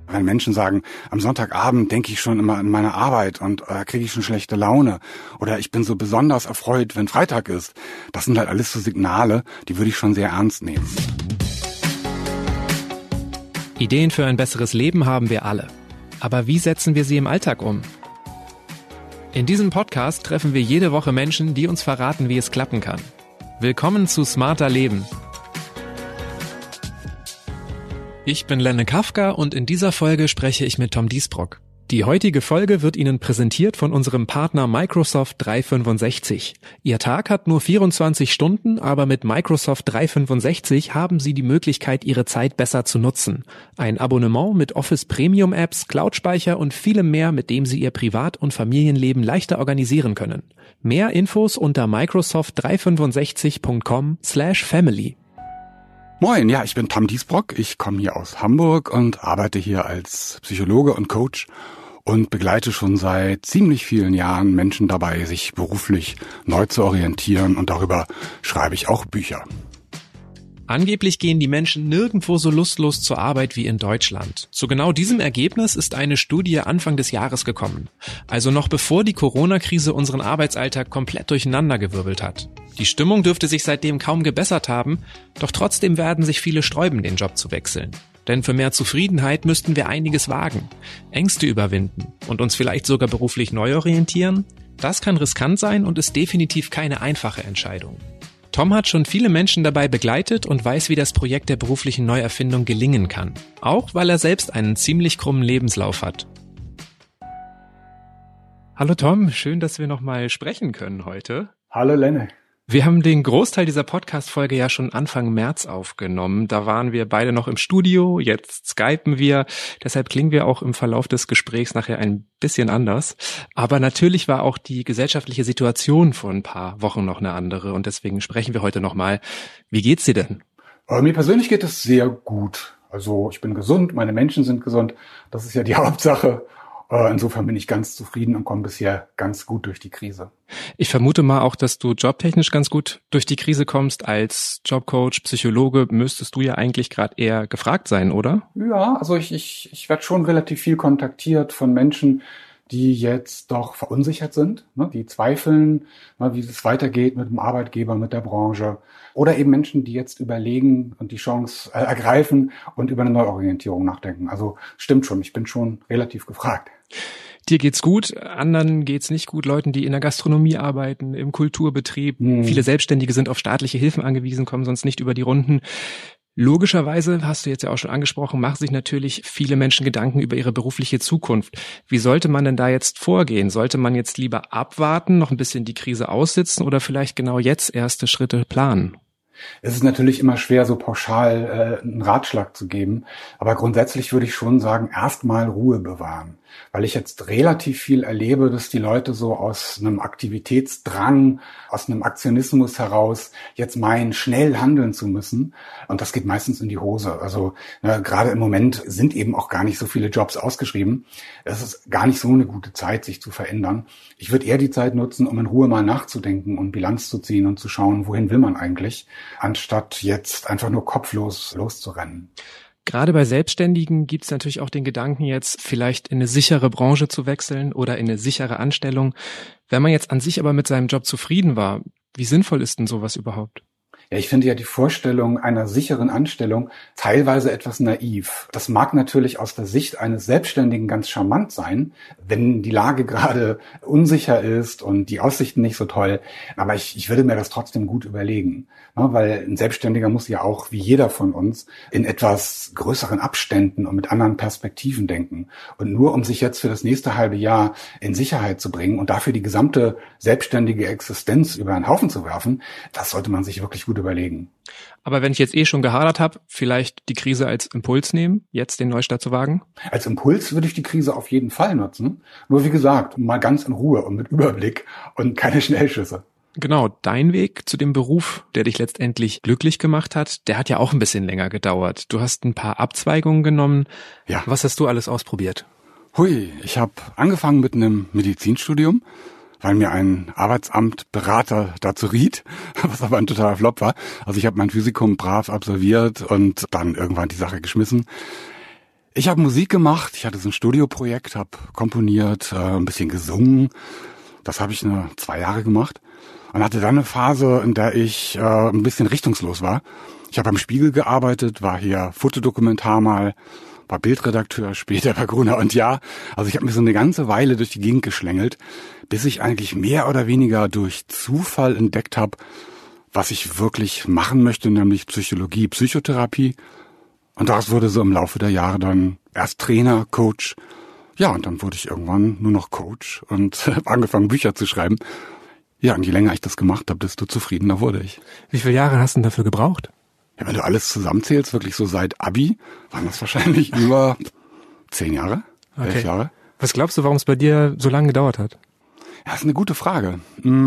Wenn Menschen sagen, am Sonntagabend denke ich schon immer an meine Arbeit und kriege ich schon schlechte Laune. Oder ich bin so besonders erfreut, wenn Freitag ist. Das sind halt alles so Signale, die würde ich schon sehr ernst nehmen. Ideen für ein besseres Leben haben wir alle. Aber wie setzen wir sie im Alltag um? In diesem Podcast treffen wir jede Woche Menschen, die uns verraten, wie es klappen kann. Willkommen zu Smarter Leben. Ich bin Lenne Kafka und in dieser Folge spreche ich mit Tom Diesbrock. Die heutige Folge wird Ihnen präsentiert von unserem Partner Microsoft 365. Ihr Tag hat nur 24 Stunden, aber mit Microsoft 365 haben Sie die Möglichkeit, Ihre Zeit besser zu nutzen. Ein Abonnement mit Office Premium Apps, Cloud-Speicher und vielem mehr, mit dem Sie Ihr Privat- und Familienleben leichter organisieren können. Mehr Infos unter microsoft365.com/family. Moin, ja, ich bin Tom Diesbrock. Ich komme hier aus Hamburg und arbeite hier als Psychologe und Coach und begleite schon seit ziemlich vielen Jahren Menschen dabei, sich beruflich neu zu orientieren, und darüber schreibe ich auch Bücher. Angeblich gehen die Menschen nirgendwo so lustlos zur Arbeit wie in Deutschland. Zu genau diesem Ergebnis ist eine Studie Anfang des Jahres gekommen. Also noch bevor die Corona-Krise unseren Arbeitsalltag komplett durcheinandergewirbelt hat. Die Stimmung dürfte sich seitdem kaum gebessert haben, doch trotzdem werden sich viele sträuben, den Job zu wechseln. Denn für mehr Zufriedenheit müssten wir einiges wagen, Ängste überwinden und uns vielleicht sogar beruflich neu orientieren. Das kann riskant sein und ist definitiv keine einfache Entscheidung. Tom hat schon viele Menschen dabei begleitet und weiß, wie das Projekt der beruflichen Neuerfindung gelingen kann. Auch weil er selbst einen ziemlich krummen Lebenslauf hat. Hallo Tom, schön, dass wir nochmal sprechen können heute. Hallo Lenne. Wir haben den Großteil dieser Podcast-Folge ja schon Anfang März aufgenommen. Da waren wir beide noch im Studio, jetzt skypen wir. Deshalb klingen wir auch im Verlauf des Gesprächs nachher ein bisschen anders. Aber natürlich war auch die gesellschaftliche Situation vor ein paar Wochen noch eine andere. Und deswegen sprechen wir heute nochmal. Wie geht's dir denn? Mir persönlich geht es sehr gut. Also ich bin gesund, meine Menschen sind gesund. Das ist ja die Hauptsache. Insofern bin ich ganz zufrieden und komme bisher ganz gut durch die Krise. Ich vermute mal auch, dass du jobtechnisch ganz gut durch die Krise kommst. Als Jobcoach, Psychologe müsstest du ja eigentlich gerade eher gefragt sein, oder? Ja, also ich werde schon relativ viel kontaktiert von Menschen, die jetzt doch verunsichert sind, die zweifeln, wie es weitergeht mit dem Arbeitgeber, mit der Branche. Oder eben Menschen, die jetzt überlegen und die Chance ergreifen und über eine Neuorientierung nachdenken. Also stimmt schon, ich bin schon relativ gefragt. Dir geht's gut, anderen geht's nicht gut, Leuten, die in der Gastronomie arbeiten, im Kulturbetrieb. Viele Selbstständige sind auf staatliche Hilfen angewiesen, kommen sonst nicht über die Runden. Logischerweise, hast du jetzt ja auch schon angesprochen, machen sich natürlich viele Menschen Gedanken über ihre berufliche Zukunft. Wie sollte man denn da jetzt vorgehen? Sollte man jetzt lieber abwarten, noch ein bisschen die Krise aussitzen oder vielleicht genau jetzt erste Schritte planen? Es ist natürlich immer schwer, so pauschal einen Ratschlag zu geben. Aber grundsätzlich würde ich schon sagen, erstmal Ruhe bewahren. Weil ich jetzt relativ viel erlebe, dass die Leute so aus einem Aktivitätsdrang, aus einem Aktionismus heraus jetzt meinen, schnell handeln zu müssen. Und das geht meistens in die Hose. Also gerade im Moment sind eben auch gar nicht so viele Jobs ausgeschrieben. Es ist gar nicht so eine gute Zeit, sich zu verändern. Ich würde eher die Zeit nutzen, um in Ruhe mal nachzudenken und Bilanz zu ziehen und zu schauen, wohin will man eigentlich, anstatt jetzt einfach nur kopflos loszurennen. Gerade bei Selbstständigen gibt es natürlich auch den Gedanken, jetzt vielleicht in eine sichere Branche zu wechseln oder in eine sichere Anstellung. Wenn man jetzt an sich aber mit seinem Job zufrieden war, wie sinnvoll ist denn sowas überhaupt? Ja, ich finde ja die Vorstellung einer sicheren Anstellung teilweise etwas naiv. Das mag natürlich aus der Sicht eines Selbstständigen ganz charmant sein, wenn die Lage gerade unsicher ist und die Aussichten nicht so toll. Aber ich würde mir das trotzdem gut überlegen. Ja, weil ein Selbstständiger muss ja auch, wie jeder von uns, in etwas größeren Abständen und mit anderen Perspektiven denken. Und nur um sich jetzt für das nächste halbe Jahr in Sicherheit zu bringen und dafür die gesamte selbstständige Existenz über einen Haufen zu werfen, das sollte man sich wirklich gut überlegen. Aber wenn ich jetzt schon gehadert habe, vielleicht die Krise als Impuls nehmen, jetzt den Neustart zu wagen? Als Impuls würde ich die Krise auf jeden Fall nutzen. Nur wie gesagt, mal ganz in Ruhe und mit Überblick und keine Schnellschüsse. Genau, dein Weg zu dem Beruf, der dich letztendlich glücklich gemacht hat, der hat ja auch ein bisschen länger gedauert. Du hast ein paar Abzweigungen genommen. Ja. Was hast du alles ausprobiert? Hui, ich habe angefangen mit einem Medizinstudium, weil mir ein Arbeitsamtberater dazu riet, was aber ein totaler Flop war. Also ich habe mein Physikum brav absolviert und dann irgendwann die Sache geschmissen. Ich habe Musik gemacht, ich hatte so ein Studioprojekt, habe komponiert, ein bisschen gesungen. Das habe ich 2 Jahre gemacht und hatte dann eine Phase, in der ich ein bisschen richtungslos war. Ich habe am Spiegel gearbeitet, war hier Fotodokumentar mal, war Bildredakteur, später bei Gruner & Jahr. Also ich habe mich so eine ganze Weile durch die Gegend geschlängelt, bis ich eigentlich mehr oder weniger durch Zufall entdeckt habe, was ich wirklich machen möchte, nämlich Psychologie, Psychotherapie. Und daraus wurde so im Laufe der Jahre dann erst Trainer, Coach. Ja, und dann wurde ich irgendwann nur noch Coach und habe angefangen, Bücher zu schreiben. Ja, und je länger ich das gemacht habe, desto zufriedener wurde ich. Wie viele Jahre hast du denn dafür gebraucht? Ja, wenn du alles zusammenzählst, wirklich so seit Abi, waren das wahrscheinlich über 10 Jahre, 11 Jahre. Was glaubst du, warum es bei dir so lange gedauert hat? Ja, ist eine gute Frage.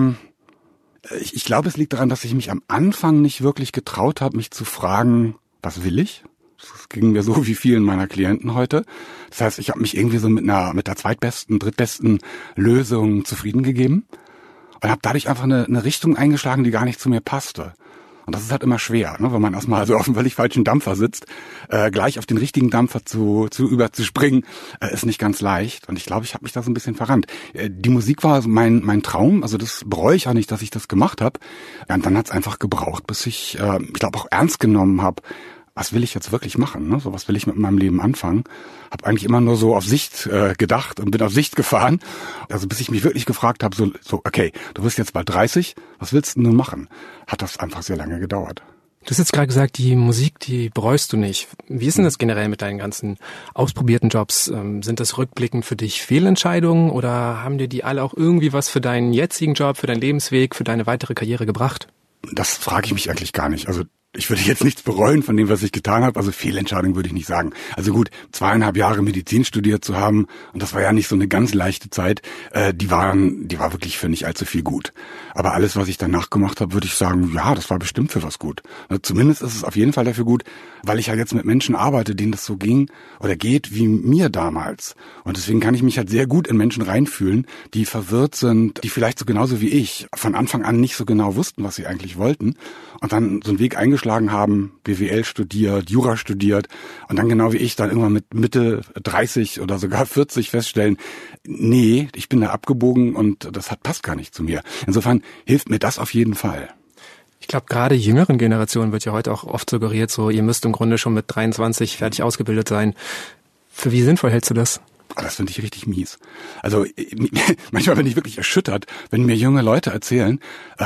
Ich glaube, es liegt daran, dass ich mich am Anfang nicht wirklich getraut habe, mich zu fragen, was will ich? Das ging mir so wie vielen meiner Klienten heute. Das heißt, ich habe mich irgendwie so mit der zweitbesten, drittbesten Lösung zufrieden gegeben und habe dadurch einfach eine Richtung eingeschlagen, die gar nicht zu mir passte. Und das ist halt immer schwer, ne? Wenn man erstmal so auf einem völlig falschen Dampfer sitzt, gleich auf den richtigen Dampfer überzuspringen, ist nicht ganz leicht. Und ich glaube, ich habe mich da so ein bisschen verrannt. Die Musik war mein Traum, also das bereue ich auch nicht, dass ich das gemacht habe. Ja, und dann hat es einfach gebraucht, bis ich glaube auch ernst genommen habe, was will ich jetzt wirklich machen? Ne? So was will ich mit meinem Leben anfangen? Habe eigentlich immer nur so auf Sicht gedacht und bin auf Sicht gefahren. Also bis ich mich wirklich gefragt habe, so okay, du bist jetzt bald 30, was willst du nun machen? Hat das einfach sehr lange gedauert. Du hast jetzt gerade gesagt, die Musik, die bereust du nicht. Wie ist denn das generell mit deinen ganzen ausprobierten Jobs? Sind das rückblickend für dich Fehlentscheidungen oder haben dir die alle auch irgendwie was für deinen jetzigen Job, für deinen Lebensweg, für deine weitere Karriere gebracht? Das frage ich mich eigentlich gar nicht. Also ich würde jetzt nichts bereuen von dem, was ich getan habe. Also Fehlentscheidung würde ich nicht sagen. Also gut, 2,5 Jahre Medizin studiert zu haben, und das war ja nicht so eine ganz leichte Zeit, die war wirklich für nicht allzu viel gut. Aber alles, was ich danach gemacht habe, würde ich sagen, ja, das war bestimmt für was gut. Also zumindest ist es auf jeden Fall dafür gut, weil ich halt jetzt mit Menschen arbeite, denen das so ging oder geht wie mir damals. Und deswegen kann ich mich halt sehr gut in Menschen reinfühlen, die verwirrt sind, die vielleicht so genauso wie ich von Anfang an nicht so genau wussten, was sie eigentlich wollten und dann so einen Weg eingeschlagen haben, BWL studiert, Jura studiert und dann genau wie ich dann irgendwann mit Mitte 30 oder sogar 40 feststellen, nee, ich bin da abgebogen und das passt gar nicht zu mir. Insofern hilft mir das auf jeden Fall. Ich glaube, gerade jüngeren Generationen wird ja heute auch oft suggeriert, so ihr müsst im Grunde schon mit 23 fertig ausgebildet sein. Für wie sinnvoll hältst du das? Das finde ich richtig mies. Also manchmal bin ich wirklich erschüttert, wenn mir junge Leute erzählen,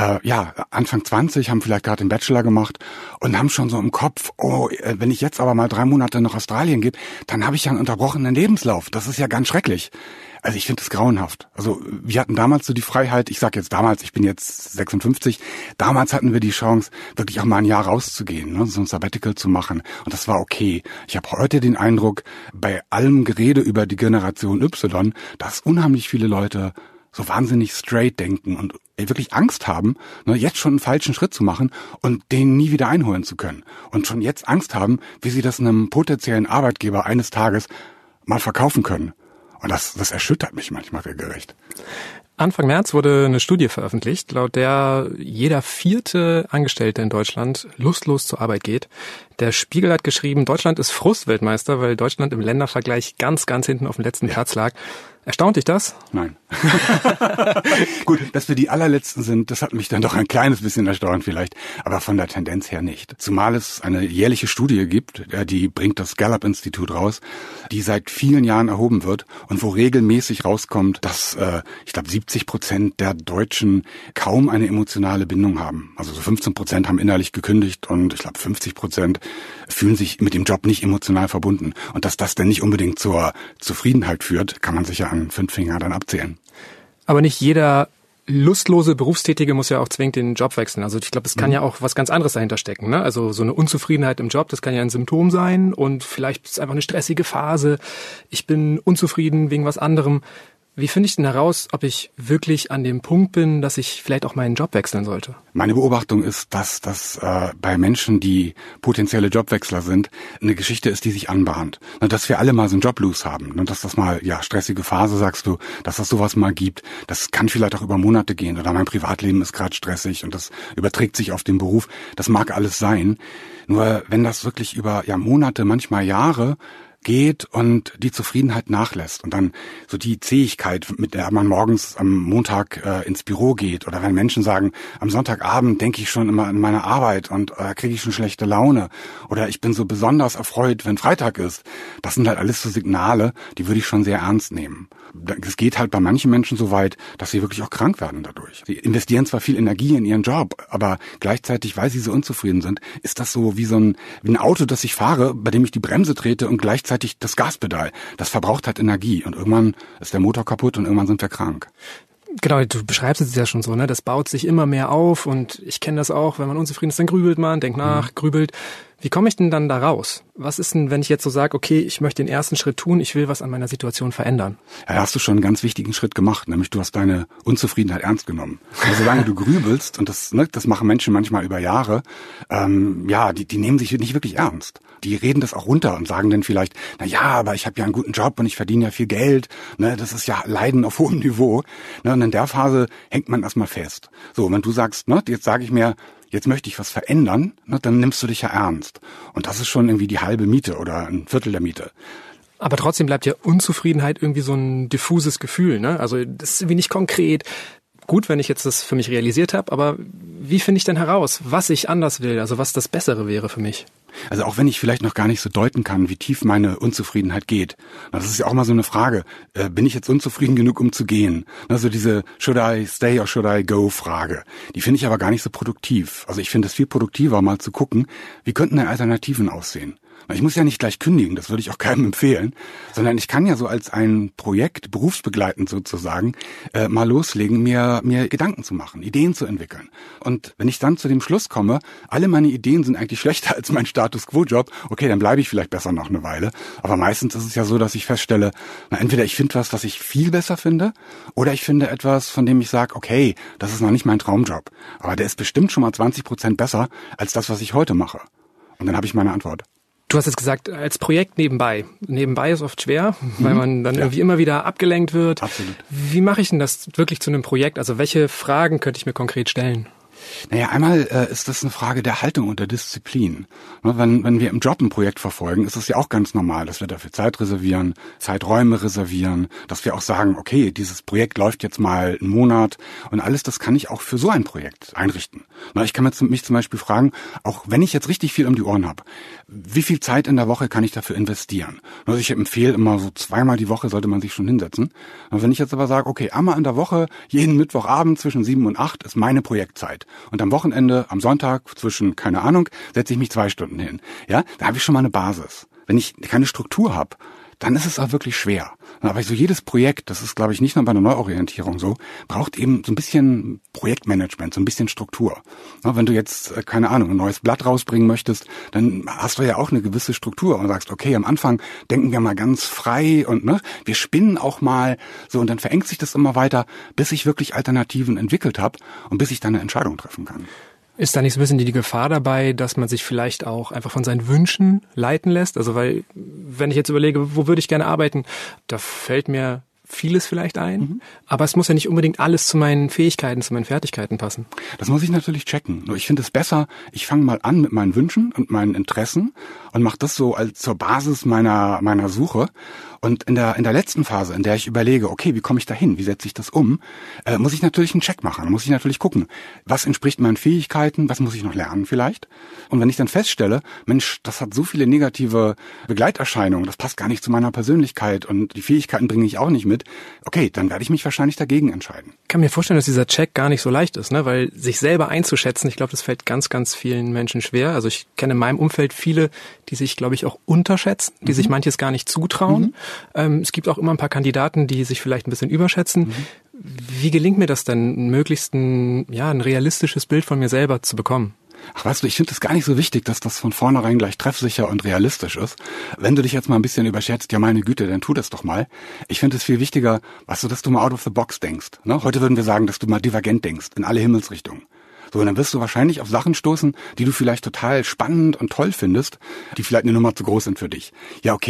Anfang 20 haben vielleicht gerade den Bachelor gemacht und haben schon so im Kopf, wenn ich jetzt aber mal 3 Monate nach Australien gehe, dann habe ich ja einen unterbrochenen Lebenslauf. Das ist ja ganz schrecklich. Also ich finde das grauenhaft. Also wir hatten damals so die Freiheit, ich sage jetzt damals, ich bin jetzt 56, damals hatten wir die Chance, wirklich auch mal ein Jahr rauszugehen, ne, so ein Sabbatical zu machen. Und das war okay. Ich habe heute den Eindruck, bei allem Gerede über die Generation Y, dass unheimlich viele Leute so wahnsinnig straight denken und wirklich Angst haben, ne, jetzt schon einen falschen Schritt zu machen und den nie wieder einholen zu können. Und schon jetzt Angst haben, wie sie das einem potenziellen Arbeitgeber eines Tages mal verkaufen können. Und das erschüttert mich manchmal regelrecht. Anfang März wurde eine Studie veröffentlicht, laut der jeder 4. Angestellte in Deutschland lustlos zur Arbeit geht. Der Spiegel hat geschrieben, Deutschland ist Frustweltmeister, weil Deutschland im Ländervergleich ganz, ganz hinten auf dem letzten Platz lag. Erstaunt dich das? Nein. Gut, dass wir die allerletzten sind, das hat mich dann doch ein kleines bisschen erstaunt vielleicht, aber von der Tendenz her nicht. Zumal es eine jährliche Studie gibt, die bringt das Gallup-Institut raus, die seit vielen Jahren erhoben wird und wo regelmäßig rauskommt, dass, ich glaube, 70% der Deutschen kaum eine emotionale Bindung haben. Also so 15% haben innerlich gekündigt und ich glaube 50% fühlen sich mit dem Job nicht emotional verbunden. Und dass das denn nicht unbedingt zur Zufriedenheit führt, kann man sich ja an 5 Fingern dann abzählen. Aber nicht jeder lustlose Berufstätige muss ja auch zwingend den Job wechseln. Also ich glaube, es kann ja auch was ganz anderes dahinter stecken, ne? Also so eine Unzufriedenheit im Job, das kann ja ein Symptom sein und vielleicht ist es einfach eine stressige Phase. Ich bin unzufrieden wegen was anderem. Wie finde ich denn heraus, ob ich wirklich an dem Punkt bin, dass ich vielleicht auch meinen Job wechseln sollte? Meine Beobachtung ist, dass das bei Menschen, die potenzielle Jobwechsler sind, eine Geschichte ist, die sich anbahnt. Dass wir alle mal so einen Jobblues haben. Dass das mal, stressige Phase, sagst du, dass das sowas mal gibt. Das kann vielleicht auch über Monate gehen. Oder mein Privatleben ist gerade stressig und das überträgt sich auf den Beruf. Das mag alles sein. Nur wenn das wirklich über Monate, manchmal Jahre geht und die Zufriedenheit nachlässt und dann so die Zähigkeit, mit der man morgens am Montag ins Büro geht, oder wenn Menschen sagen, am Sonntagabend denke ich schon immer an meine Arbeit und kriege ich schon schlechte Laune, oder ich bin so besonders erfreut, wenn Freitag ist. Das sind halt alles so Signale, die würde ich schon sehr ernst nehmen. Es geht halt bei manchen Menschen so weit, dass sie wirklich auch krank werden dadurch. Sie investieren zwar viel Energie in ihren Job, aber gleichzeitig, weil sie so unzufrieden sind, ist das so wie ein Auto, das ich fahre, bei dem ich die Bremse trete und gleichzeitig das Gaspedal. Das verbraucht halt Energie und irgendwann ist der Motor kaputt und irgendwann sind wir krank. Genau, du beschreibst es ja schon so, ne? Das baut sich immer mehr auf und ich kenne das auch, wenn man unzufrieden ist, dann grübelt man, denkt nach, grübelt. Wie komme ich denn dann da raus? Was ist denn, wenn ich jetzt so sage, okay, ich möchte den ersten Schritt tun, ich will was an meiner Situation verändern? Ja, da hast du schon einen ganz wichtigen Schritt gemacht, nämlich du hast deine Unzufriedenheit ernst genommen. Also solange du grübelst, und das machen Menschen manchmal über Jahre, die nehmen sich nicht wirklich ernst. Die reden das auch runter und sagen dann vielleicht, na ja, aber ich habe ja einen guten Job und ich verdiene ja viel Geld, ne, das ist ja Leiden auf hohem Niveau. Ne, und in der Phase hängt man erstmal fest. So, wenn du sagst, ne, jetzt sage ich mir, jetzt möchte ich was verändern, ne, dann nimmst du dich ja ernst. Und das ist schon irgendwie die halbe Miete oder ein Viertel der Miete. Aber trotzdem bleibt ja Unzufriedenheit irgendwie so ein diffuses Gefühl, ne? Also das ist irgendwie nicht konkret. Gut, wenn ich jetzt das für mich realisiert habe, aber wie finde ich denn heraus, was ich anders will, also was das Bessere wäre für mich? Also auch wenn ich vielleicht noch gar nicht so deuten kann, wie tief meine Unzufriedenheit geht. Das ist ja auch mal so eine Frage. Bin ich jetzt unzufrieden genug, um zu gehen? Also diese Should I stay or should I go Frage. Die finde ich aber gar nicht so produktiv. Also ich finde es viel produktiver, mal zu gucken, wie könnten denn Alternativen aussehen? Ich muss ja nicht gleich kündigen, das würde ich auch keinem empfehlen, sondern ich kann ja so als ein Projekt, berufsbegleitend sozusagen, mal loslegen, mir Gedanken zu machen, Ideen zu entwickeln. Und wenn ich dann zu dem Schluss komme, alle meine Ideen sind eigentlich schlechter als mein Status-Quo-Job, okay, dann bleibe ich vielleicht besser noch eine Weile. Aber meistens ist es ja so, dass ich feststelle, entweder ich finde was ich viel besser finde, oder ich finde etwas, von dem ich sage, okay, das ist noch nicht mein Traumjob, aber der ist bestimmt schon mal 20% besser als das, was ich heute mache. Und dann habe ich meine Antwort. Du hast jetzt gesagt, als Projekt nebenbei. Nebenbei ist oft schwer, weil man dann irgendwie immer wieder abgelenkt wird. Absolut. Wie mache ich denn das wirklich zu einem Projekt? Also welche Fragen könnte ich mir konkret stellen? Naja, einmal ist das eine Frage der Haltung und der Disziplin. Wenn wir im Job ein Projekt verfolgen, ist es ja auch ganz normal, dass wir dafür Zeit reservieren, Zeiträume reservieren, dass wir auch sagen, okay, dieses Projekt läuft jetzt mal einen Monat und alles das kann ich auch für so ein Projekt einrichten. Ich kann mich zum Beispiel fragen, auch wenn ich jetzt richtig viel um die Ohren habe, wie viel Zeit in der Woche kann ich dafür investieren? Also ich empfehle immer so 2-mal die Woche sollte man sich schon hinsetzen. Und wenn ich jetzt aber sage, okay, einmal in der Woche, jeden Mittwochabend zwischen 7 und 8 ist meine Projektzeit. Und am Wochenende, am Sonntag zwischen, keine Ahnung, setze ich mich 2 Stunden hin. Ja, da habe ich schon mal eine Basis. Wenn ich keine Struktur habe, dann ist es auch wirklich schwer. Aber so jedes Projekt, das ist, glaube ich, nicht nur bei einer Neuorientierung so, braucht eben so ein bisschen Projektmanagement, so ein bisschen Struktur. Wenn du jetzt, keine Ahnung, ein neues Blatt rausbringen möchtest, dann hast du ja auch eine gewisse Struktur und sagst, okay, am Anfang denken wir mal ganz frei und wir spinnen auch mal so und dann verengt sich das immer weiter, bis ich wirklich Alternativen entwickelt habe und bis ich dann eine Entscheidung treffen kann. Ist da nicht so ein bisschen die Gefahr dabei, dass man sich vielleicht auch einfach von seinen Wünschen leiten lässt? Also weil, wenn ich jetzt überlege, wo würde ich gerne arbeiten, da fällt mir vieles vielleicht ein, aber es muss ja nicht unbedingt alles zu meinen Fähigkeiten, zu meinen Fertigkeiten passen. Das muss ich natürlich checken. Nur ich finde es besser, ich fange mal an mit meinen Wünschen und meinen Interessen und mache das so als zur Basis meiner Suche. Und in der letzten Phase, in der ich überlege, okay, wie komme ich da hin, wie setze ich das um, muss ich natürlich einen Check machen. Da muss ich natürlich gucken, was entspricht meinen Fähigkeiten, was muss ich noch lernen vielleicht. Und wenn ich dann feststelle, Mensch, das hat so viele negative Begleiterscheinungen, das passt gar nicht zu meiner Persönlichkeit und die Fähigkeiten bringe ich auch nicht mit, okay, dann werde ich mich wahrscheinlich dagegen entscheiden. Ich kann mir vorstellen, dass dieser Check gar nicht so leicht ist, ne? Weil sich selber einzuschätzen, ich glaube, das fällt ganz, ganz vielen Menschen schwer. Also ich kenne in meinem Umfeld viele, die sich, glaube ich, auch unterschätzen, die sich manches gar nicht zutrauen. Es gibt auch immer ein paar Kandidaten, die sich vielleicht ein bisschen überschätzen. Wie gelingt mir das denn, möglichst ein realistisches Bild von mir selber zu bekommen? Ach, weißt du, ich finde es gar nicht so wichtig, dass das von vornherein gleich treffsicher und realistisch ist. Wenn du dich jetzt mal ein bisschen überschätzt, ja meine Güte, dann tu das doch mal. Ich finde es viel wichtiger, weißt du, dass du mal out of the box denkst. Ne? Heute würden wir sagen, dass du mal divergent denkst, in alle Himmelsrichtungen. So, und dann wirst du wahrscheinlich auf Sachen stoßen, die du vielleicht total spannend und toll findest, die vielleicht eine Nummer zu groß sind für dich. Ja, okay,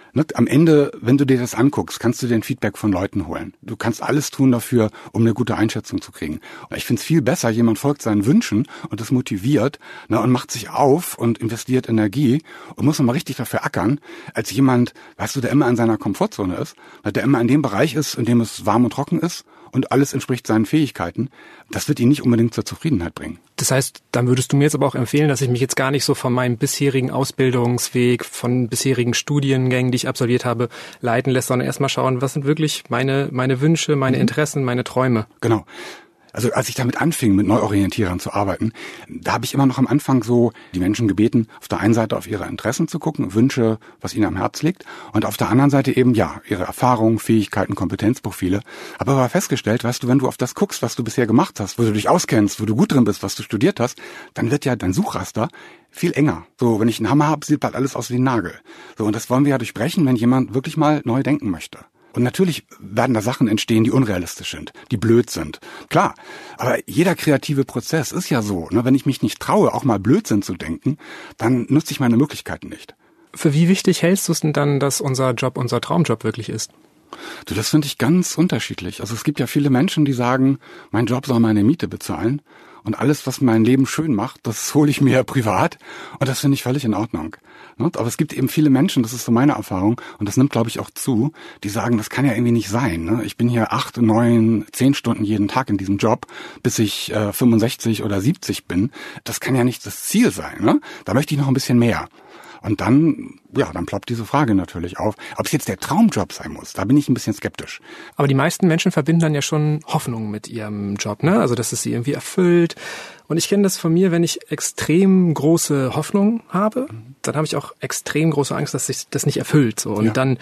Am Ende, wenn du dir das anguckst, kannst du dir ein Feedback von Leuten holen. Du kannst alles tun dafür, um eine gute Einschätzung zu kriegen. Ich finde es viel besser, jemand folgt seinen Wünschen und das motiviert, und macht sich auf und investiert Energie und muss nochmal richtig dafür ackern, als jemand, weißt du, der immer in seiner Komfortzone ist, der immer in dem Bereich ist, in dem es warm und trocken ist und alles entspricht seinen Fähigkeiten. Das wird ihn nicht unbedingt zur Zufriedenheit bringen. Das heißt, dann würdest du mir jetzt aber auch empfehlen, dass ich mich jetzt gar nicht so von meinem bisherigen Ausbildungsweg, von bisherigen Studiengängen, die ich absolviert habe, leiten lässt, sondern erstmal schauen, was sind wirklich meine Wünsche, meine Interessen, meine Träume. Genau. Also als ich damit anfing, mit Neuorientierern zu arbeiten, da habe ich immer noch am Anfang so die Menschen gebeten, auf der einen Seite auf ihre Interessen zu gucken, Wünsche, was ihnen am Herz liegt, und auf der anderen Seite eben, ihre Erfahrungen, Fähigkeiten, Kompetenzprofile. Habe aber festgestellt, weißt du, wenn du auf das guckst, was du bisher gemacht hast, wo du dich auskennst, wo du gut drin bist, was du studiert hast, dann wird ja dein Suchraster viel enger. So, wenn ich einen Hammer habe, sieht bald alles aus wie ein Nagel. So, und das wollen wir ja durchbrechen, wenn jemand wirklich mal neu denken möchte. Und natürlich werden da Sachen entstehen, die unrealistisch sind, die blöd sind. Klar, aber jeder kreative Prozess ist ja so. Wenn ich mich nicht traue, auch mal Blödsinn zu denken, dann nutze ich meine Möglichkeiten nicht. Für wie wichtig hältst du es denn dann, dass unser Job unser Traumjob wirklich ist? Du, das finde ich ganz unterschiedlich. Also es gibt ja viele Menschen, die sagen, mein Job soll meine Miete bezahlen. Und alles, was mein Leben schön macht, das hole ich mir privat. Und das finde ich völlig in Ordnung. Aber es gibt eben viele Menschen, das ist so meine Erfahrung, und das nimmt, glaube ich, auch zu, die sagen, das kann ja irgendwie nicht sein. Ich bin hier 8, 9, 10 Stunden jeden Tag in diesem Job, bis ich 65 oder 70 bin. Das kann ja nicht das Ziel sein. Da möchte ich noch ein bisschen mehr. Und dann ploppt diese Frage natürlich auf. Ob es jetzt der Traumjob sein muss, da bin ich ein bisschen skeptisch. Aber die meisten Menschen verbinden dann ja schon Hoffnung mit ihrem Job, Also, dass es sie irgendwie erfüllt. Und ich kenne das von mir, wenn ich extrem große Hoffnung habe, dann habe ich auch extrem große Angst, dass sich das nicht erfüllt. So. Und dann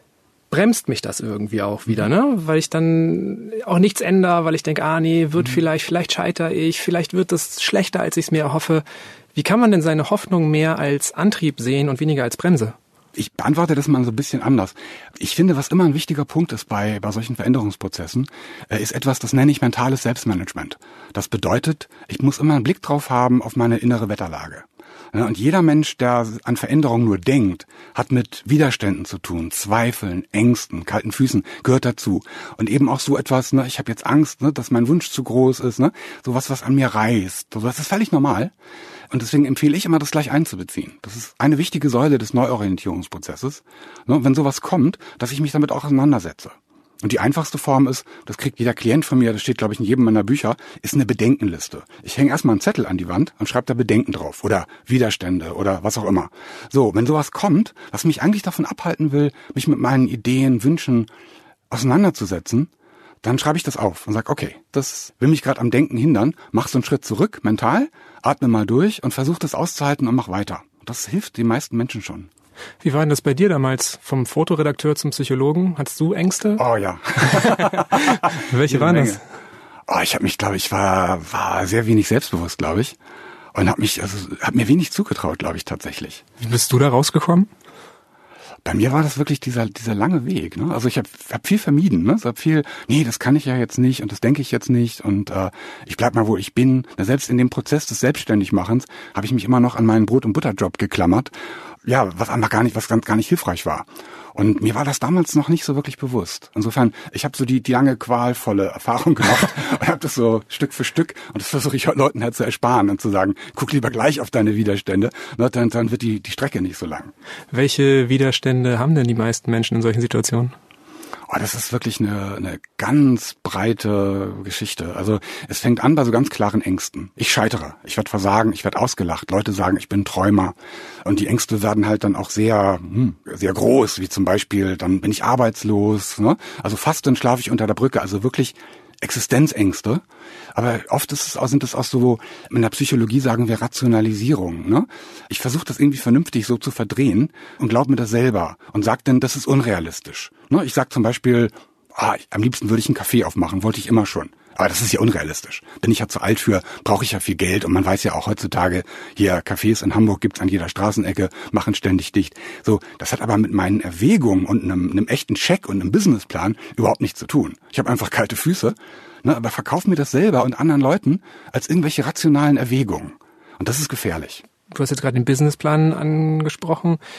bremst mich das irgendwie auch wieder, Weil ich dann auch nichts ändere, weil ich denke, vielleicht scheitere ich, vielleicht wird das schlechter, als ich es mir erhoffe. Wie kann man denn seine Hoffnung mehr als Antrieb sehen und weniger als Bremse? Ich beantworte das mal so ein bisschen anders. Ich finde, was immer ein wichtiger Punkt ist bei solchen Veränderungsprozessen, ist etwas, das nenne ich mentales Selbstmanagement. Das bedeutet, ich muss immer einen Blick drauf haben auf meine innere Wetterlage. Und jeder Mensch, der an Veränderung nur denkt, hat mit Widerständen zu tun, Zweifeln, Ängsten, kalten Füßen, gehört dazu. Und eben auch so etwas, ich habe jetzt Angst, dass mein Wunsch zu groß ist, sowas, was an mir reißt. Das ist völlig normal. Und deswegen empfehle ich immer, das gleich einzubeziehen. Das ist eine wichtige Säule des Neuorientierungsprozesses. Wenn sowas kommt, dass ich mich damit auch auseinandersetze. Und die einfachste Form ist, das kriegt jeder Klient von mir, das steht, glaube ich, in jedem meiner Bücher, ist eine Bedenkenliste. Ich hänge erstmal einen Zettel an die Wand und schreibe da Bedenken drauf oder Widerstände oder was auch immer. So, wenn sowas kommt, was mich eigentlich davon abhalten will, mich mit meinen Ideen, Wünschen auseinanderzusetzen, dann schreibe ich das auf und sage, okay, das will mich gerade am Denken hindern, mach so einen Schritt zurück, mental, atme mal durch und versuch das auszuhalten und mach weiter. Das hilft den meisten Menschen schon. Wie war denn das bei dir damals? Vom Fotoredakteur zum Psychologen? Hattest du Ängste? Oh ja. Welche waren das? Ich habe mich, glaube ich, war sehr wenig selbstbewusst, glaube ich. Und habe mir wenig zugetraut, glaube ich, tatsächlich. Wie bist du da rausgekommen? Bei mir war das wirklich dieser lange Weg. Also ich hab viel vermieden. Ich hab viel, das kann ich ja jetzt nicht und das denke ich jetzt nicht und ich bleib mal, wo ich bin. Selbst in dem Prozess des Selbstständigmachens habe ich mich immer noch an meinen Brot- und Butterjob geklammert. Ja, was gar nicht hilfreich war. Und mir war das damals noch nicht so wirklich bewusst. Insofern, ich habe so die lange qualvolle Erfahrung gemacht und habe das so Stück für Stück, und das versuche ich Leuten halt zu ersparen und zu sagen, guck lieber gleich auf deine Widerstände, dann wird die Strecke nicht so lang. Welche Widerstände haben denn die meisten Menschen in solchen Situationen? Das ist wirklich eine ganz breite Geschichte. Also es fängt an bei so ganz klaren Ängsten. Ich scheitere, ich werde versagen, ich werde ausgelacht. Leute sagen, ich bin ein Träumer. Und die Ängste werden halt dann auch sehr groß, wie zum Beispiel, dann bin ich arbeitslos. Also fast dann schlafe ich unter der Brücke. Also wirklich Existenzängste. Aber oft sind es auch so, in der Psychologie sagen wir Rationalisierung. Ich versuche das irgendwie vernünftig so zu verdrehen und glaube mir das selber und sage dann, das ist unrealistisch. Ich sage zum Beispiel, am liebsten würde ich einen Café aufmachen, wollte ich immer schon. Aber das ist ja unrealistisch. Bin ich ja zu alt für, brauche ich ja viel Geld. Und man weiß ja auch heutzutage, hier Cafés in Hamburg gibt's an jeder Straßenecke, machen ständig dicht. So, das hat aber mit meinen Erwägungen und einem echten Check und einem Businessplan überhaupt nichts zu tun. Ich habe einfach kalte Füße, aber verkauf mir das selber und anderen Leuten als irgendwelche rationalen Erwägungen. Und das ist gefährlich. Du hast jetzt gerade den Businessplan angesprochen.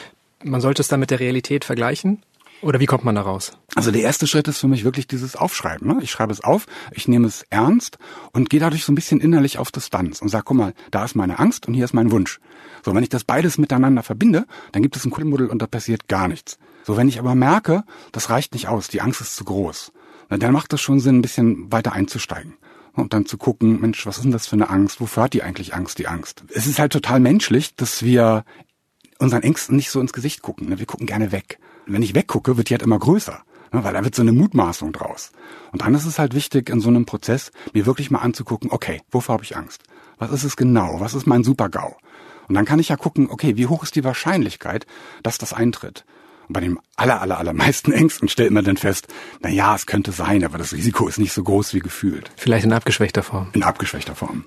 man sollte es dann mit der Realität vergleichen? Oder wie kommt man da raus? Also der erste Schritt ist für mich wirklich dieses Aufschreiben. Ne? Ich schreibe es auf, ich nehme es ernst und gehe dadurch so ein bisschen innerlich auf Distanz und sage, guck mal, da ist meine Angst und hier ist mein Wunsch. So, wenn ich das beides miteinander verbinde, dann gibt es ein Kuddelmuddel und da passiert gar nichts. So, wenn ich aber merke, das reicht nicht aus, die Angst ist zu groß, dann macht es schon Sinn, ein bisschen weiter einzusteigen. Und dann zu gucken, Mensch, was ist denn das für eine Angst? Wofür hat die eigentlich Angst, die Angst? Es ist halt total menschlich, dass wir unseren Ängsten nicht so ins Gesicht gucken. Wir gucken gerne weg. Wenn ich weggucke, wird die halt immer größer, weil da wird so eine Mutmaßung draus. Und dann ist es halt wichtig, in so einem Prozess mir wirklich mal anzugucken, okay, wovor habe ich Angst? Was ist es genau? Was ist mein Super-GAU? Und dann kann ich ja gucken, okay, wie hoch ist die Wahrscheinlichkeit, dass das eintritt? Und bei den allermeisten Ängsten stellt man dann fest, na ja, es könnte sein, aber das Risiko ist nicht so groß wie gefühlt. Vielleicht in abgeschwächter Form. In abgeschwächter Form.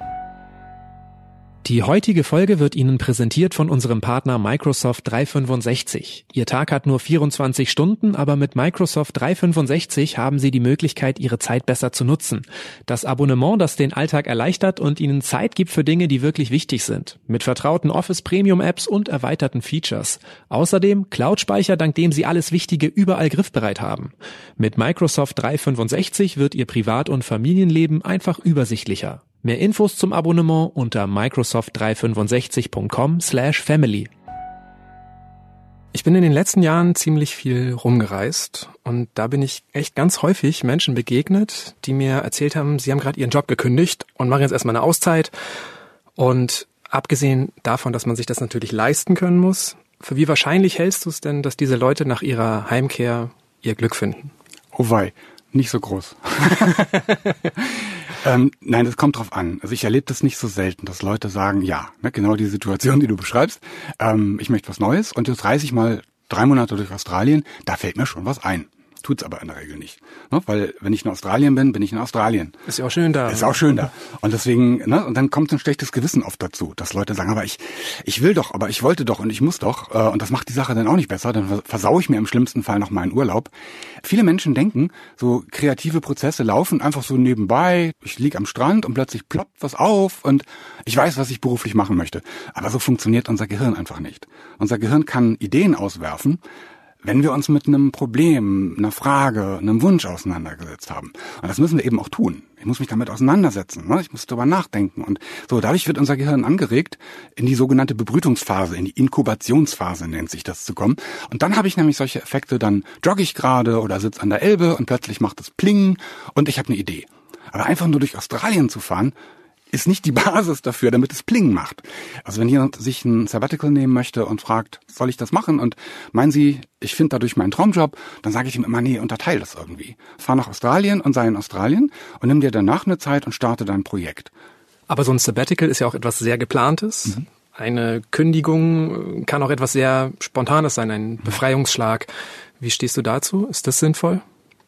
Die heutige Folge wird Ihnen präsentiert von unserem Partner Microsoft 365. Ihr Tag hat nur 24 Stunden, aber mit Microsoft 365 haben Sie die Möglichkeit, Ihre Zeit besser zu nutzen. Das Abonnement, das den Alltag erleichtert und Ihnen Zeit gibt für Dinge, die wirklich wichtig sind. Mit vertrauten Office Premium Apps und erweiterten Features. Außerdem Cloud-Speicher, dank dem Sie alles Wichtige überall griffbereit haben. Mit Microsoft 365 wird Ihr Privat- und Familienleben einfach übersichtlicher. Mehr Infos zum Abonnement unter microsoft365.com/family. Ich bin in den letzten Jahren ziemlich viel rumgereist und da bin ich echt ganz häufig Menschen begegnet, die mir erzählt haben, sie haben gerade ihren Job gekündigt und machen jetzt erstmal eine Auszeit. Und abgesehen davon, dass man sich das natürlich leisten können muss, für wie wahrscheinlich hältst du es denn, dass diese Leute nach ihrer Heimkehr ihr Glück finden? Oh wei, nicht so groß. Nein, das kommt drauf an. Also ich erlebe das nicht so selten, dass Leute sagen, ja, ne, genau die Situation, die du beschreibst, ich möchte was Neues und jetzt reise ich mal 3 Monate durch Australien, da fällt mir schon was ein. Tut's aber in der Regel nicht. Ne? Weil wenn ich in Australien bin, bin ich in Australien. Ist ja auch schön da. Ist auch schön da. Und deswegen, ne, und dann kommt so ein schlechtes Gewissen oft dazu, dass Leute sagen, aber ich will doch, aber ich wollte doch und ich muss doch. Und das macht die Sache dann auch nicht besser. Dann versaue ich mir im schlimmsten Fall noch meinen Urlaub. Viele Menschen denken, so kreative Prozesse laufen einfach so nebenbei. Ich lieg am Strand und plötzlich ploppt was auf und ich weiß, was ich beruflich machen möchte. Aber so funktioniert unser Gehirn einfach nicht. Unser Gehirn kann Ideen auswerfen, wenn wir uns mit einem Problem, einer Frage, einem Wunsch auseinandergesetzt haben. Und das müssen wir eben auch tun. Ich muss mich damit auseinandersetzen. Ne? Ich muss darüber nachdenken. Und so, dadurch wird unser Gehirn angeregt, in die sogenannte Bebrütungsphase, in die Inkubationsphase nennt sich das, zu kommen. Und dann habe ich nämlich solche Effekte, dann jogge ich gerade oder sitze an der Elbe und plötzlich macht es Pling und ich habe eine Idee. Aber einfach nur durch Australien zu fahren, ist nicht die Basis dafür, damit es Pling macht. Also wenn jemand sich ein Sabbatical nehmen möchte und fragt, soll ich das machen? Und meinen Sie, ich finde dadurch meinen Traumjob, dann sage ich ihm immer, nee, unterteil das irgendwie. Fahr nach Australien und sei in Australien und nimm dir danach eine Zeit und starte dein Projekt. Aber so ein Sabbatical ist ja auch etwas sehr Geplantes. Mhm. Eine Kündigung kann auch etwas sehr Spontanes sein, ein Befreiungsschlag. Wie stehst du dazu? Ist das sinnvoll?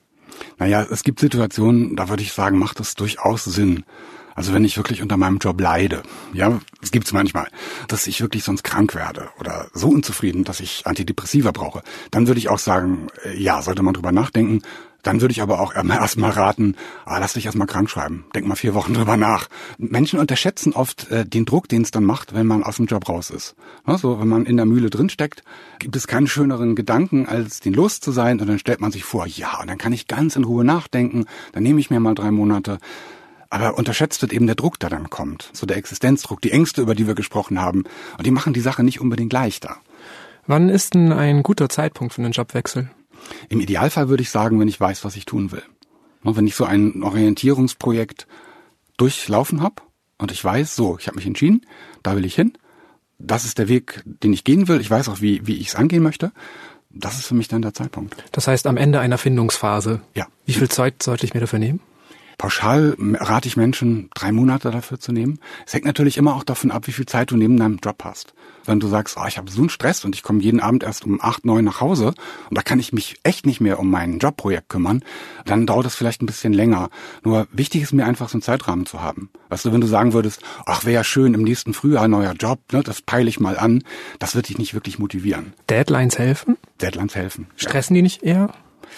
Naja, es gibt Situationen, da würde ich sagen, macht es durchaus Sinn. Also wenn ich wirklich unter meinem Job leide, ja, es gibt's manchmal, dass ich wirklich sonst krank werde oder so unzufrieden, dass ich Antidepressiva brauche, dann würde ich auch sagen, ja, sollte man drüber nachdenken. Dann würde ich aber auch erstmal raten, lass dich erstmal krank schreiben, denk mal 4 Wochen drüber nach. Menschen unterschätzen oft den Druck, den es dann macht, wenn man aus dem Job raus ist. Also wenn man in der Mühle drin steckt, gibt es keinen schöneren Gedanken, als den los zu sein. Und dann stellt man sich vor, ja, und dann kann ich ganz in Ruhe nachdenken, dann nehme ich mir mal 3 Monate. Aber unterschätzt wird eben der Druck, der dann kommt. So der Existenzdruck, die Ängste, über die wir gesprochen haben. Und die machen die Sache nicht unbedingt leichter. Wann ist denn ein guter Zeitpunkt für einen Jobwechsel? Im Idealfall würde ich sagen, wenn ich weiß, was ich tun will. Und wenn ich so ein Orientierungsprojekt durchlaufen habe und ich weiß, so, ich habe mich entschieden, da will ich hin. Das ist der Weg, den ich gehen will. Ich weiß auch, wie ich es angehen möchte. Das ist für mich dann der Zeitpunkt. Das heißt, am Ende einer Findungsphase. Ja. Wie viel Zeit sollte ich mir dafür nehmen? Pauschal rate ich Menschen, 3 Monate dafür zu nehmen. Es hängt natürlich immer auch davon ab, wie viel Zeit du neben deinem Job hast. Wenn du sagst, ich habe so einen Stress und ich komme jeden Abend erst um 8, 9 nach Hause und da kann ich mich echt nicht mehr um mein Jobprojekt kümmern, dann dauert es vielleicht ein bisschen länger. Nur wichtig ist mir einfach, so einen Zeitrahmen zu haben. Weißt du, wenn du sagen würdest, wäre ja schön, im nächsten Frühjahr neuer Job, ne, das peile ich mal an, das wird dich nicht wirklich motivieren. Deadlines helfen? Deadlines helfen. Stressen die nicht eher?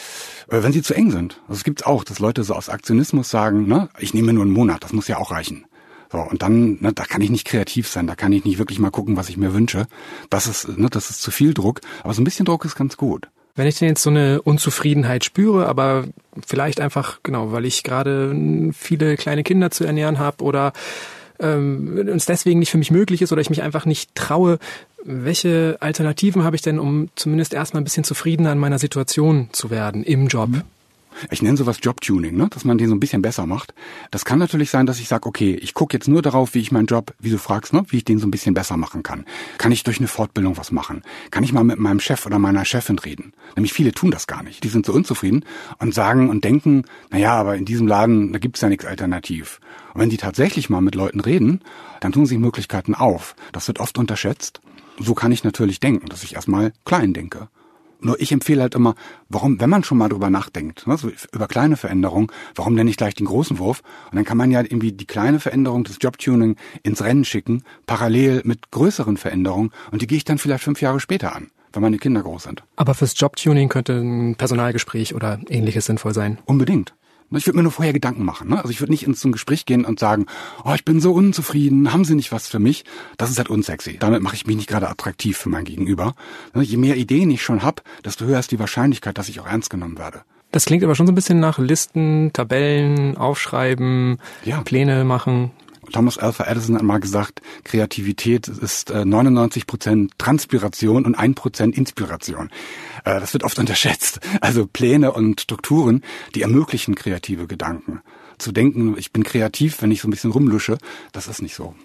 Wenn sie zu eng sind. Also es gibt's auch, dass Leute so aus Aktionismus sagen, ne, ich nehme nur einen Monat, das muss ja auch reichen. So, und dann, da kann ich nicht kreativ sein, da kann ich nicht wirklich mal gucken, was ich mir wünsche. Das ist zu viel Druck, aber so ein bisschen Druck ist ganz gut. Wenn ich denn jetzt so eine Unzufriedenheit spüre, aber vielleicht einfach, genau, weil ich gerade viele kleine Kinder zu ernähren habe oder es deswegen nicht für mich möglich ist oder ich mich einfach nicht traue, welche Alternativen habe ich denn, um zumindest erstmal ein bisschen zufriedener in meiner Situation zu werden im Job? Ich nenne sowas Jobtuning, dass man den so ein bisschen besser macht. Das kann natürlich sein, dass ich sage, okay, ich gucke jetzt nur darauf, wie ich meinen Job, wie du fragst, wie ich den so ein bisschen besser machen kann. Kann ich durch eine Fortbildung was machen? Kann ich mal mit meinem Chef oder meiner Chefin reden? Nämlich viele tun das gar nicht. Die sind so unzufrieden und sagen und denken, naja, aber in diesem Laden, da gibt's ja nichts alternativ. Und wenn die tatsächlich mal mit Leuten reden, dann tun sich Möglichkeiten auf. Das wird oft unterschätzt. So kann ich natürlich denken, dass ich erstmal klein denke. Nur ich empfehle halt immer, warum, wenn man schon mal drüber nachdenkt, so über kleine Veränderungen, warum denn nicht gleich den großen Wurf? Und dann kann man ja irgendwie die kleine Veränderung des Jobtuning ins Rennen schicken, parallel mit größeren Veränderungen. Und die gehe ich dann vielleicht 5 Jahre später an, wenn meine Kinder groß sind. Aber fürs Jobtuning könnte ein Personalgespräch oder Ähnliches sinnvoll sein? Unbedingt. Ich würde mir nur vorher Gedanken machen. Also ich würde nicht ins Gespräch gehen und sagen, oh, ich bin so unzufrieden, haben Sie nicht was für mich? Das ist halt unsexy. Damit mache ich mich nicht gerade attraktiv für mein Gegenüber. Je mehr Ideen ich schon habe, desto höher ist die Wahrscheinlichkeit, dass ich auch ernst genommen werde. Das klingt aber schon so ein bisschen nach Listen, Tabellen, Aufschreiben, Pläne machen. Thomas Alva Edison hat mal gesagt, Kreativität ist 99% Transpiration und 1% Inspiration. Das wird oft unterschätzt. Also Pläne und Strukturen, die ermöglichen kreative Gedanken. Zu denken, ich bin kreativ, wenn ich so ein bisschen rumlusche, das ist nicht so.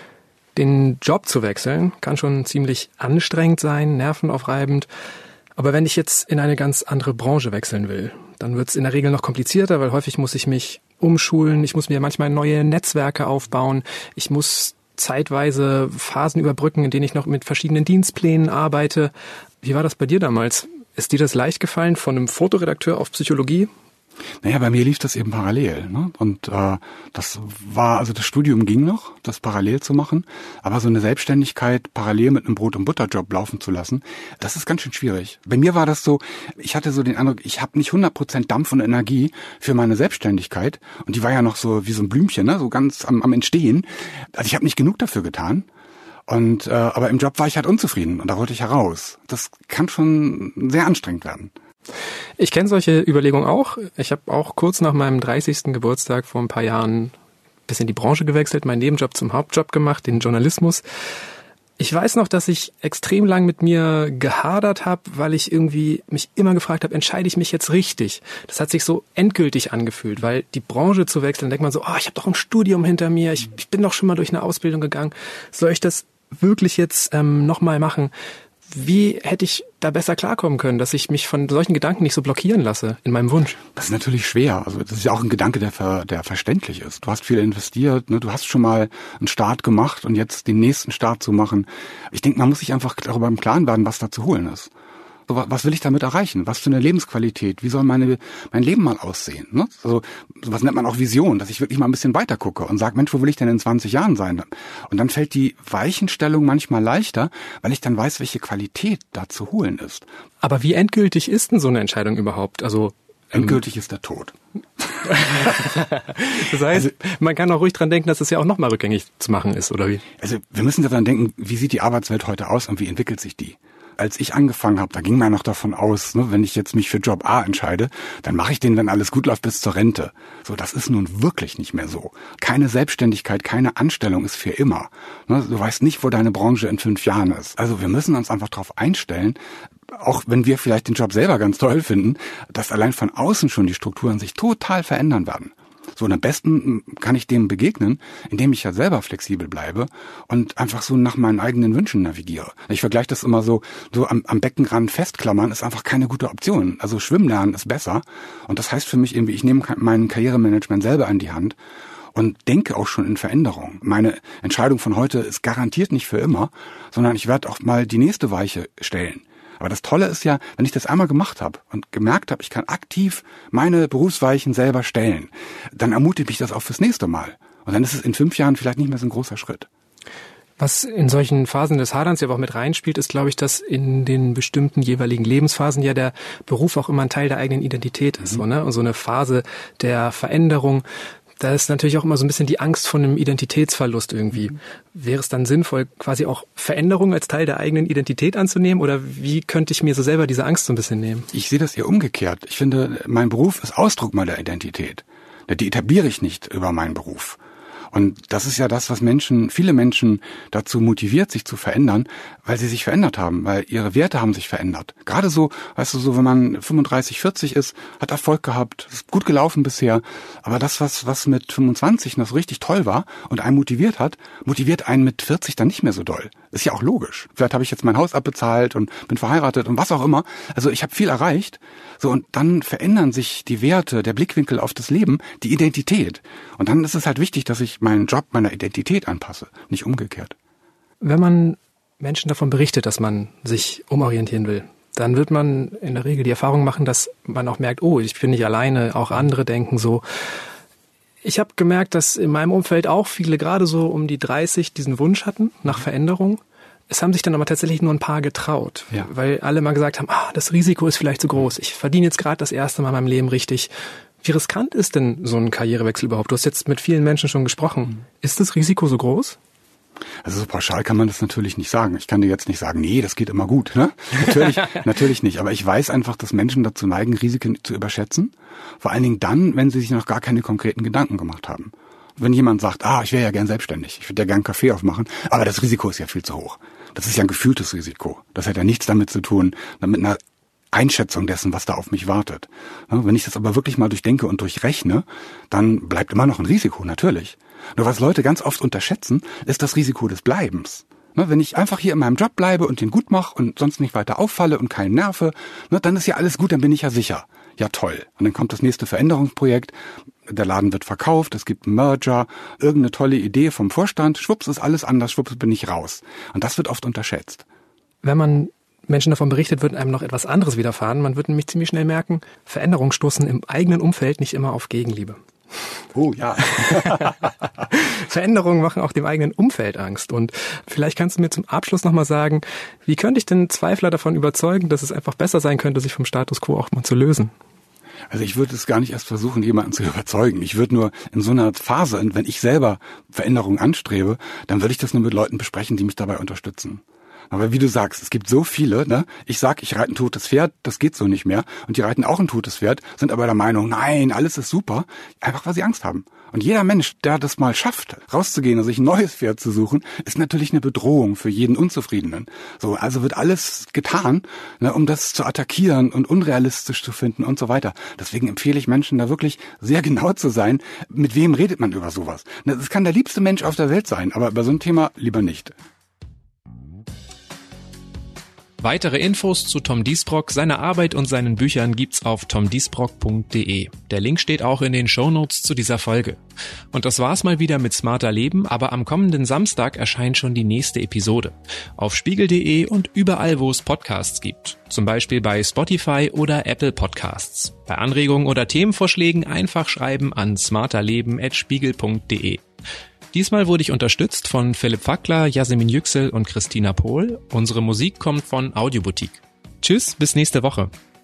Den Job zu wechseln kann schon ziemlich anstrengend sein, nervenaufreibend. Aber wenn ich jetzt in eine ganz andere Branche wechseln will, dann wird es in der Regel noch komplizierter, weil häufig muss ich mich umschulen, ich muss mir manchmal neue Netzwerke aufbauen, ich muss zeitweise Phasen überbrücken, in denen ich noch mit verschiedenen Dienstplänen arbeite. Wie war das bei dir damals? Ist dir das leicht gefallen, von einem Fotoredakteur auf Psychologie? Naja, bei mir lief das eben parallel. Und das Studium ging noch, das parallel zu machen. Aber so eine Selbstständigkeit parallel mit einem Brot- und Butterjob laufen zu lassen, das ist ganz schön schwierig. Bei mir war das so, ich hatte so den Eindruck, ich habe nicht 100% Dampf und Energie für meine Selbstständigkeit. Und die war ja noch so wie so ein Blümchen, so ganz am Entstehen. Also ich habe nicht genug dafür getan. Und aber im Job war ich halt unzufrieden und da wollte ich heraus. Das kann schon sehr anstrengend werden. Ich kenne solche Überlegungen auch. Ich habe auch kurz nach meinem 30. Geburtstag vor ein paar Jahren ein bisschen die Branche gewechselt, meinen Nebenjob zum Hauptjob gemacht, den Journalismus. Ich weiß noch, dass ich extrem lang mit mir gehadert habe, weil ich irgendwie mich immer gefragt habe, entscheide ich mich jetzt richtig? Das hat sich so endgültig angefühlt, weil die Branche zu wechseln, denkt man so, ich habe doch ein Studium hinter mir, ich bin doch schon mal durch eine Ausbildung gegangen. Soll ich das wirklich jetzt nochmal machen? Wie hätte ich da besser klarkommen können, dass ich mich von solchen Gedanken nicht so blockieren lasse in meinem Wunsch? Das ist natürlich schwer. Also das ist ja auch ein Gedanke, der verständlich ist. Du hast viel investiert, du hast schon mal einen Start gemacht und jetzt den nächsten Start zu machen. Ich denke, man muss sich einfach darüber im Klaren werden, was da zu holen ist. So, was will ich damit erreichen? Was für eine Lebensqualität? Wie soll mein Leben mal aussehen? Also sowas nennt man auch Vision, dass ich wirklich mal ein bisschen weiter gucke und sage, Mensch, wo will ich denn in 20 Jahren sein? Und dann fällt die Weichenstellung manchmal leichter, weil ich dann weiß, welche Qualität da zu holen ist. Aber wie endgültig ist denn so eine Entscheidung überhaupt? Also endgültig ist der Tod. Das heißt, man kann auch ruhig dran denken, dass es ja auch nochmal rückgängig zu machen ist, oder wie? Also wir müssen daran denken, wie sieht die Arbeitswelt heute aus und wie entwickelt sich die? Als ich angefangen habe, da ging man noch davon aus, wenn ich jetzt mich für Job A entscheide, dann mache ich den, wenn alles gut läuft, bis zur Rente. So, das ist nun wirklich nicht mehr so. Keine Selbstständigkeit, keine Anstellung ist für immer. Du weißt nicht, wo deine Branche in 5 Jahren ist. Also wir müssen uns einfach darauf einstellen, auch wenn wir vielleicht den Job selber ganz toll finden, dass allein von außen schon die Strukturen sich total verändern werden. So, und am besten kann ich dem begegnen, indem ich ja selber flexibel bleibe und einfach so nach meinen eigenen Wünschen navigiere. Ich vergleiche das immer so am Beckenrand festklammern ist einfach keine gute Option. Also schwimmen lernen ist besser. Und das heißt für mich irgendwie, ich nehme mein Karrieremanagement selber in die Hand und denke auch schon in Veränderung. Meine Entscheidung von heute ist garantiert nicht für immer, sondern ich werde auch mal die nächste Weiche stellen. Aber das Tolle ist ja, wenn ich das einmal gemacht habe und gemerkt habe, ich kann aktiv meine Berufsweichen selber stellen, dann ermutigt mich das auch fürs nächste Mal. Und dann ist es in 5 Jahren vielleicht nicht mehr so ein großer Schritt. Was in solchen Phasen des Haderns ja auch mit reinspielt, ist, glaube ich, dass in den bestimmten jeweiligen Lebensphasen ja der Beruf auch immer ein Teil der eigenen Identität ist. Und so eine Phase der Veränderung, Da ist natürlich auch immer so ein bisschen die Angst vor einem Identitätsverlust irgendwie. Wäre es dann sinnvoll, quasi auch Veränderung als Teil der eigenen Identität anzunehmen? Oder wie könnte ich mir so selber diese Angst so ein bisschen nehmen? Ich sehe das eher umgekehrt. Ich finde, mein Beruf ist Ausdruck meiner Identität. Die etabliere ich nicht über meinen Beruf. Und das ist ja das, was viele Menschen dazu motiviert, sich zu verändern, weil sie sich verändert haben, weil ihre Werte haben sich verändert. Gerade so, weißt du, so wenn man 35, 40 ist, hat Erfolg gehabt, ist gut gelaufen bisher, aber das, was mit 25 noch so richtig toll war und einen motiviert hat, motiviert einen mit 40 dann nicht mehr so doll. Ist ja auch logisch. Vielleicht habe ich jetzt mein Haus abbezahlt und bin verheiratet und was auch immer. Also ich habe viel erreicht. So, und dann verändern sich die Werte, der Blickwinkel auf das Leben, die Identität. Und dann ist es halt wichtig, dass ich meinen Job meiner Identität anpasse, nicht umgekehrt. Wenn man Menschen davon berichtet, dass man sich umorientieren will, dann wird man in der Regel die Erfahrung machen, dass man auch merkt, oh, ich bin nicht alleine, auch andere denken so. Ich habe gemerkt, dass in meinem Umfeld auch viele gerade so um die 30 diesen Wunsch hatten nach Veränderung. Es haben sich dann aber tatsächlich nur ein paar getraut, weil alle mal gesagt haben, das Risiko ist vielleicht zu groß. Ich verdiene jetzt gerade das erste Mal in meinem Leben richtig. Wie riskant ist denn so ein Karrierewechsel überhaupt? Du hast jetzt mit vielen Menschen schon gesprochen. Ist das Risiko so groß? Also so pauschal kann man das natürlich nicht sagen. Ich kann dir jetzt nicht sagen, nee, das geht immer gut. Ne? Natürlich nicht. Aber ich weiß einfach, dass Menschen dazu neigen, Risiken zu überschätzen. Vor allen Dingen dann, wenn sie sich noch gar keine konkreten Gedanken gemacht haben. Wenn jemand sagt, ich wäre ja gern selbstständig, ich würde ja gern einen Kaffee aufmachen, aber das Risiko ist ja viel zu hoch. Das ist ja ein gefühltes Risiko. Das hat ja nichts damit zu tun, mit einer Einschätzung dessen, was da auf mich wartet. Wenn ich das aber wirklich mal durchdenke und durchrechne, dann bleibt immer noch ein Risiko, natürlich. Nur was Leute ganz oft unterschätzen, ist das Risiko des Bleibens. Wenn ich einfach hier in meinem Job bleibe und den gut mache und sonst nicht weiter auffalle und keinen nerve, dann ist ja alles gut, dann bin ich ja sicher. Ja, toll. Und dann kommt das nächste Veränderungsprojekt, der Laden wird verkauft, es gibt einen Merger, irgendeine tolle Idee vom Vorstand, schwupps ist alles anders, schwupps bin ich raus. Und das wird oft unterschätzt. Wenn man Menschen davon berichtet, wird einem noch etwas anderes widerfahren. Man wird nämlich ziemlich schnell merken, Veränderungen stoßen im eigenen Umfeld nicht immer auf Gegenliebe. Oh ja. Veränderungen machen auch dem eigenen Umfeld Angst. Und vielleicht kannst du mir zum Abschluss nochmal sagen, wie könnte ich denn Zweifler davon überzeugen, dass es einfach besser sein könnte, sich vom Status quo auch mal zu lösen? Also ich würde es gar nicht erst versuchen, jemanden zu überzeugen. Ich würde nur in so einer Phase, wenn ich selber Veränderungen anstrebe, dann würde ich das nur mit Leuten besprechen, die mich dabei unterstützen. Aber wie du sagst, es gibt so viele, ne? Ich sag, ich reite ein totes Pferd, das geht so nicht mehr. Und die reiten auch ein totes Pferd, sind aber der Meinung, nein, alles ist super. Einfach, weil sie Angst haben. Und jeder Mensch, der das mal schafft, rauszugehen und sich ein neues Pferd zu suchen, ist natürlich eine Bedrohung für jeden Unzufriedenen. So, also wird alles getan, ne, um das zu attackieren und unrealistisch zu finden und so weiter. Deswegen empfehle ich Menschen, da wirklich sehr genau zu sein. Mit wem redet man über sowas? Das kann der liebste Mensch auf der Welt sein, aber über so ein Thema lieber nicht. Weitere Infos zu Tom Diesbrock, seiner Arbeit und seinen Büchern gibt's auf tomdiesbrock.de. Der Link steht auch in den Shownotes zu dieser Folge. Und das war's mal wieder mit Smarter Leben, aber am kommenden Samstag erscheint schon die nächste Episode. Auf spiegel.de und überall, wo es Podcasts gibt. Zum Beispiel bei Spotify oder Apple Podcasts. Bei Anregungen oder Themenvorschlägen einfach schreiben an smarterleben@spiegel.de. Diesmal wurde ich unterstützt von Philipp Fackler, Yasemin Yüksel und Christina Pohl. Unsere Musik kommt von Audioboutique. Tschüss, bis nächste Woche.